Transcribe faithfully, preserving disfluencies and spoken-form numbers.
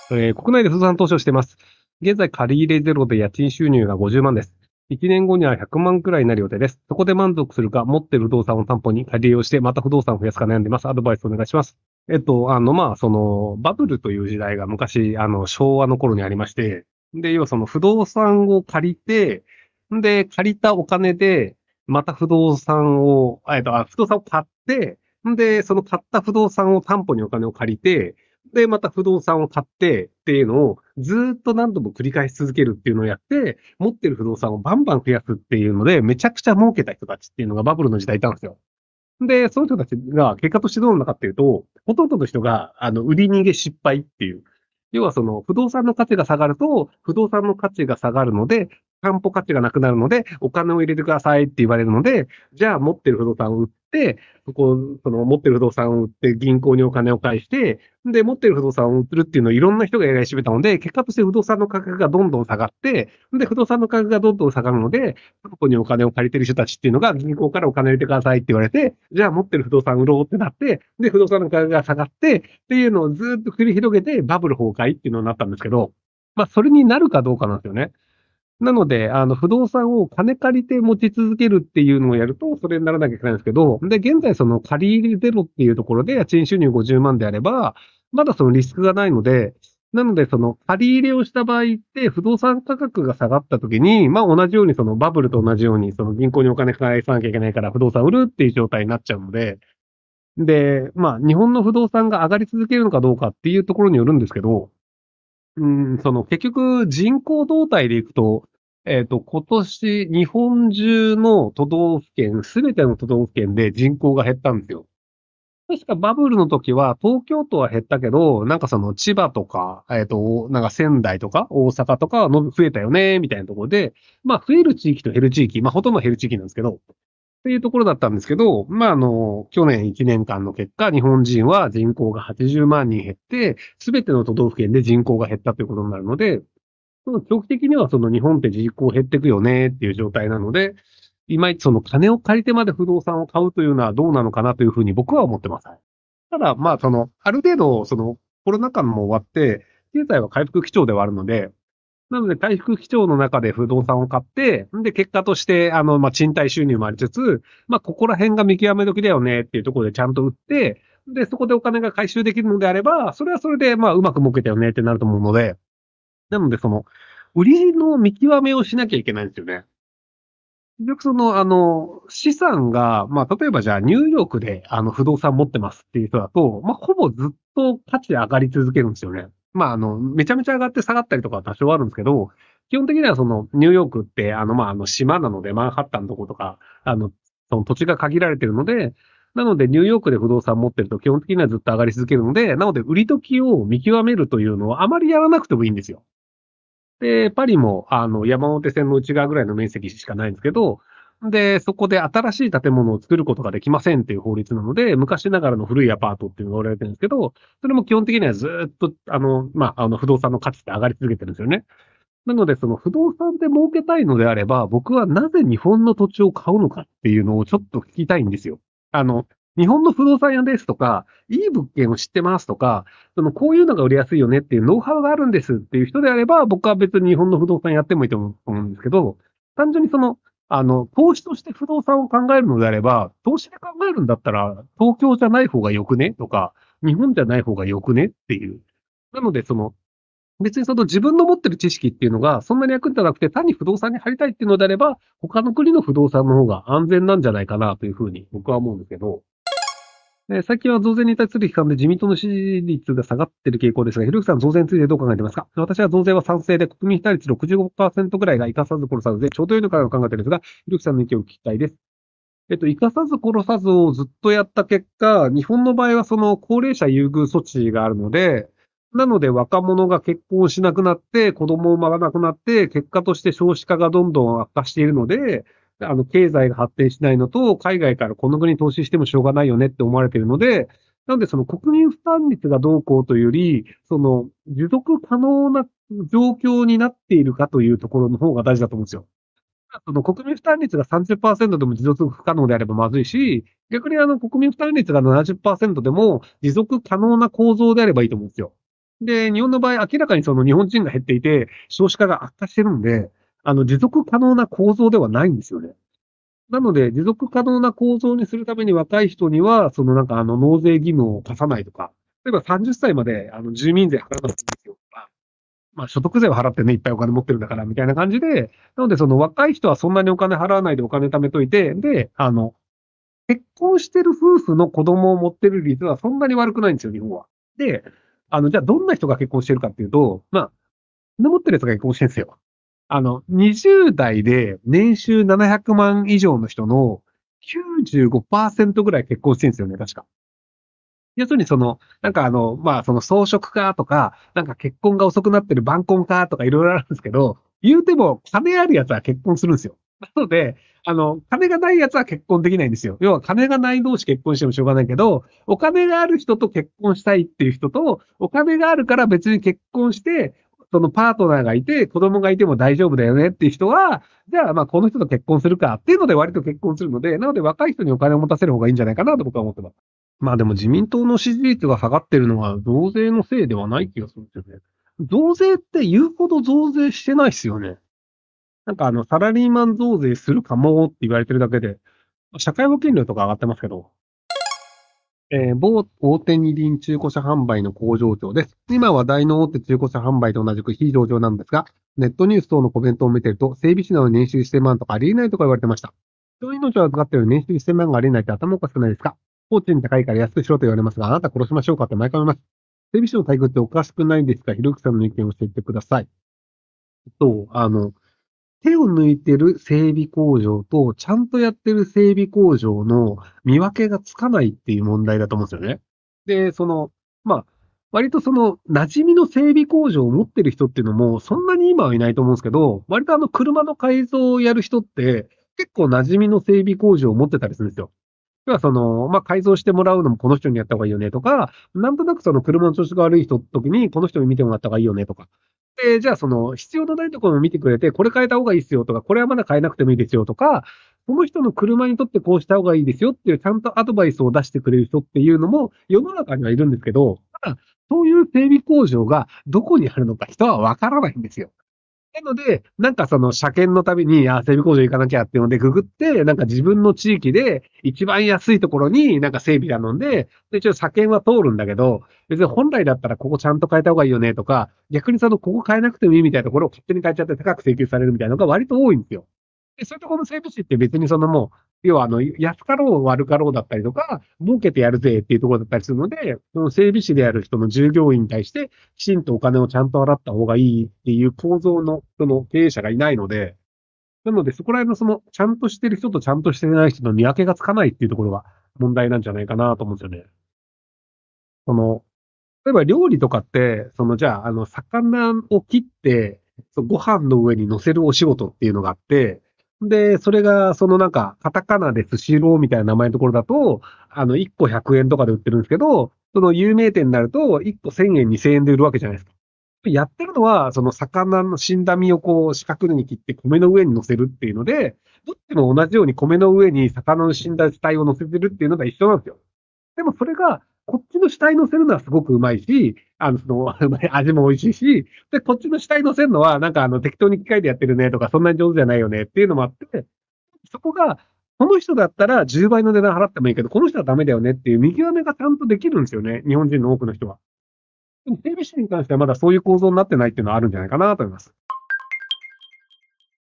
えー国内で不動産投資をしています。現在借り入れゼロで家賃収入がごじゅうまんです。いちねんごにはひゃくまんくらいになる予定です。そこで満足するか、持っている不動産を担保に借り入れをして、また不動産を増やすか悩んでいます。アドバイスお願いします。えっと、あの、まあ、その、バブルという時代が昔、あの、昭和の頃にありまして、で、要はその不動産を借りて、で、借りたお金で、また不動産を、えっと、あ不動産を買って、で、その買った不動産を担保にお金を借りて、で、また不動産を買ってっていうのをずーっと何度も繰り返し続けるっていうのをやって、持ってる不動産をバンバン増やすっていうので、めちゃくちゃ儲けた人たちっていうのがバブルの時代いたんですよ。で、その人たちが結果としてどうなのかっていうと、ほとんどの人が、あの、売り逃げ失敗っていう。要はその、不動産の価値が下がると、不動産の価値が下がるので、担保価値がなくなるので、お金を入れてくださいって言われるので、じゃあ持ってる不動産を売って、そこ、その持ってる不動産を売って銀行にお金を返して、で、持ってる不動産を売るっていうのをいろんな人がやり始めたので、結果として不動産の価格がどんどん下がって、で、不動産の価格がどんどん下がるので、担保にお金を借りてる人たちっていうのが銀行からお金を入れてくださいって言われて、じゃあ持ってる不動産売ろうってなって、で、不動産の価格が下がって、っていうのをずっと繰り広げてバブル崩壊っていうのになったんですけど、まあ、それになるかどうかなんですよね。なので、あの、不動産を金借りて持ち続けるっていうのをやると、それにならなきゃいけないんですけど、で、現在その借り入れゼロっていうところで家賃収入ごじゅうまんであれば、まだそのリスクがないので、なので、その借り入れをした場合って、不動産価格が下がった時に、まあ同じようにそのバブルと同じように、その銀行にお金返さなきゃいけないから不動産売るっていう状態になっちゃうので、で、まあ日本の不動産が上がり続けるのかどうかっていうところによるんですけど、うん、その結局人口動態でいくと、えっと、今年日本中の都道府県、すべての都道府県で人口が減ったんですよ。確かバブルの時は東京都は減ったけど、なんかその千葉とか、えっと、なんか仙台とか大阪とかはの増えたよね、みたいなところで、まあ増える地域と減る地域、まあほとんど減る地域なんですけど、っていうところだったんですけど、まあ、あの、去年いちねんかんの結果、日本人は人口がはちじゅうまん人減って、すべての都道府県で人口が減ったということになるので、その長期的にはその日本って人口減っていくよねっていう状態なので、いまいちその金を借りてまで不動産を買うというのはどうなのかなというふうに僕は思ってます。ただ、まあ、その、ある程度、その、コロナ禍も終わって、経済は回復基調ではあるので、なので、回復基調の中で不動産を買って、で、結果として、あの、まあ、賃貸収入もありつつ、まあ、ここら辺が見極め時だよねっていうところでちゃんと売って、で、そこでお金が回収できるのであれば、それはそれで、まあ、うまく儲けたよねってなると思うので、なので、その、売りの見極めをしなきゃいけないんですよね。結局その、あの、資産が、まあ、例えばじゃあ、ニューヨークで、あの、不動産持ってますっていう人だと、まあ、ほぼずっと価値上がり続けるんですよね。まあ、あの、めちゃめちゃ上がって下がったりとかは多少あるんですけど、基本的にはその、ニューヨークって、あの、まあ、あの、島なので、マンハッタンのとことか、あの、その土地が限られてるので、なので、ニューヨークで不動産持ってると基本的にはずっと上がり続けるので、なので、売り時を見極めるというのをあまりやらなくてもいいんですよ。で、パリも、あの、山手線の内側ぐらいの面積しかないんですけど、で、そこで新しい建物を作ることができませんっていう法律なので、昔ながらの古いアパートっていうのが売られてるんですけど、それも基本的にはずっと、あの、まあ、あの、不動産の価値って上がり続けてるんですよね。なので、その不動産で儲けたいのであれば、僕はなぜ日本の土地を買うのかっていうのをちょっと聞きたいんですよ。あの、日本の不動産屋ですとか、いい物件を知ってますとか、その、こういうのが売りやすいよねっていうノウハウがあるんですっていう人であれば、僕は別に日本の不動産やってもいいと思うんですけど、単純にその、あの、投資として不動産を考えるのであれば、投資で考えるんだったら、東京じゃない方が良くねとか、日本じゃない方が良くねっていう。なので、その、別にその自分の持ってる知識っていうのがそんなに役に立たなくて単に不動産に入りたいっていうのであれば、他の国の不動産の方が安全なんじゃないかなというふうに僕は思うんですけど、え最近は増税に対する批判で自民党の支持率が下がっている傾向ですが、ひろゆきさん増税についてどう考えていますか？私は増税は賛成で、国民負担率ろくじゅうごパーセントぐらいが生かさず殺さずで、ちょうどいいのかなと考えているんですが、ひろゆきさんの意見を聞きたいです。えっと、生かさず殺さずをずっとやった結果、日本の場合はその高齢者優遇措置があるので、なので若者が結婚しなくなって、子供を産まなくなって、結果として少子化がどんどん悪化しているので、あの、経済が発展しないのと、海外からこの国に投資してもしょうがないよねって思われているので、なのでその国民負担率がどうこうというより、その持続可能な状況になっているかというところの方が大事だと思うんですよ。その国民負担率がさんじゅっパーセントでも持続不可能であればまずいし、逆にあの国民負担率がななじゅっパーセントでも持続可能な構造であればいいと思うんですよ。 で、日本の場合、明らかにその日本人が減っていて、少子化が悪化してるんで、あの、持続可能な構造ではないんですよね。なので、持続可能な構造にするために若い人には、そのなんかあの、納税義務を課さないとか、例えばさんじゅっさいまであの、住民税払わなくていいですよとか、まあ、所得税を払ってね、いっぱいお金持ってるんだから、みたいな感じで、なのでその若い人はそんなにお金払わないでお金貯めといて、で、あの、結婚してる夫婦の子供を持ってる率はそんなに悪くないんですよ、日本は。で、あの、じゃあどんな人が結婚してるかっていうと、まあ、金持ってるやつが結婚してるんですよ。あの、にじゅう代で年収ななひゃくまん以上の人のきゅうじゅうごパーセントぐらい結婚してるんですよね、確か。要するにその、なんかあの、まあその装飾家とか、なんか結婚が遅くなってる晩婚家とかいろいろあるんですけど、言うても金あるやつは結婚するんですよ。なので、あの、金がないやつは結婚できないんですよ。要は金がない同士結婚してもしょうがないけど、お金がある人と結婚したいっていう人と、お金があるから別に結婚して、そのパートナーがいて、子供がいても大丈夫だよねっていう人は、じゃあまあこの人と結婚するかっていうので割と結婚するので、なので若い人にお金を持たせる方がいいんじゃないかなと僕は思ってます。まあでも自民党の支持率が下がってるのは増税のせいではない気がするんですよね。増税って言うほど増税してないですよね。なんかあの、サラリーマン増税するかもって言われてるだけで、社会保険料とか上がってますけど、えー某大手二輪中古車販売の工場長です。今話題の大手中古車販売と同じく非上場なんですが、ネットニュース等のコメントを見てると、整備士なのに年収せんまんとかありえないとか言われてました。人の命を預かっている年収せんまんがありえないって頭おかしくないですか？工賃高いから安くしろと言われますが、あなた殺しましょうかって毎回思います。整備士の待遇っておかしくないですか？ひろゆきさんの意見を教えてください。と、あの、手を抜いてる整備工場と、ちゃんとやってる整備工場の見分けがつかないっていう問題だと思うんですよね。で、その、まあ、割とその、馴染みの整備工場を持ってる人っていうのも、そんなに今はいないと思うんですけど、割とあの、車の改造をやる人って、結構馴染みの整備工場を持ってたりするんですよ。要はその、まあ、改造してもらうのもこの人にやった方がいいよねとか、なんとなくその車の調子が悪い人時にこの人に見てもらった方がいいよねとか。で、じゃあその必要のないところも見てくれて、これ変えた方がいいですよとか、これはまだ変えなくてもいいですよとか、この人の車にとってこうした方がいいですよっていうちゃんとアドバイスを出してくれる人っていうのも世の中にはいるんですけど、ただ、そういう整備工場がどこにあるのか人はわからないんですよ。なので、なんかその車検のたびに、あ、整備工場行かなきゃっていうのでググって、なんか自分の地域で一番安いところになんか整備頼んで、で、一応車検は通るんだけど、別に本来だったらここちゃんと変えた方がいいよねとか、逆にそのここ変えなくてもいいみたいなところを勝手に変えちゃって高く請求されるみたいなのが割と多いんですよ。で、そういうところの整備士って別にそのもう、要はあの、安かろう悪かろうだったりとか、儲けてやるぜっていうところだったりするので、その整備士である人の従業員に対して、きちんとお金をちゃんと払った方がいいっていう構造の、その経営者がいないので、なのでそこら辺のその、ちゃんとしてる人とちゃんとしてない人の見分けがつかないっていうところが問題なんじゃないかなと思うんですよね。その、例えば料理とかって、そのじゃあ、あの、魚を切って、そご飯の上に乗せるお仕事っていうのがあって、で、それが、そのなんか、カタカナでスシローみたいな名前のところだと、あの、いっこひゃくえんとかで売ってるんですけど、その有名店になると、いっこせんえん、にせんえんで売るわけじゃないですか。やってるのは、その魚の死んだ身をこう四角に切って米の上に乗せるっていうので、どっちも同じように米の上に魚の死んだ死体を乗せてるっていうのが一緒なんですよ。でもそれが、こっちの死体乗せるのはすごくうまいし、あの、その、味も美味しいし、で、こっちの死体乗せるのは、なんかあの、適当に機械でやってるねとか、そんなに上手じゃないよねっていうのもあって、そこが、この人だったらじゅうばいの値段払ってもいいけど、この人はダメだよねっていう見極めがちゃんとできるんですよね。日本人の多くの人は。でも、整備士に関してはまだそういう構造になってないっていうのはあるんじゃないかなと思います。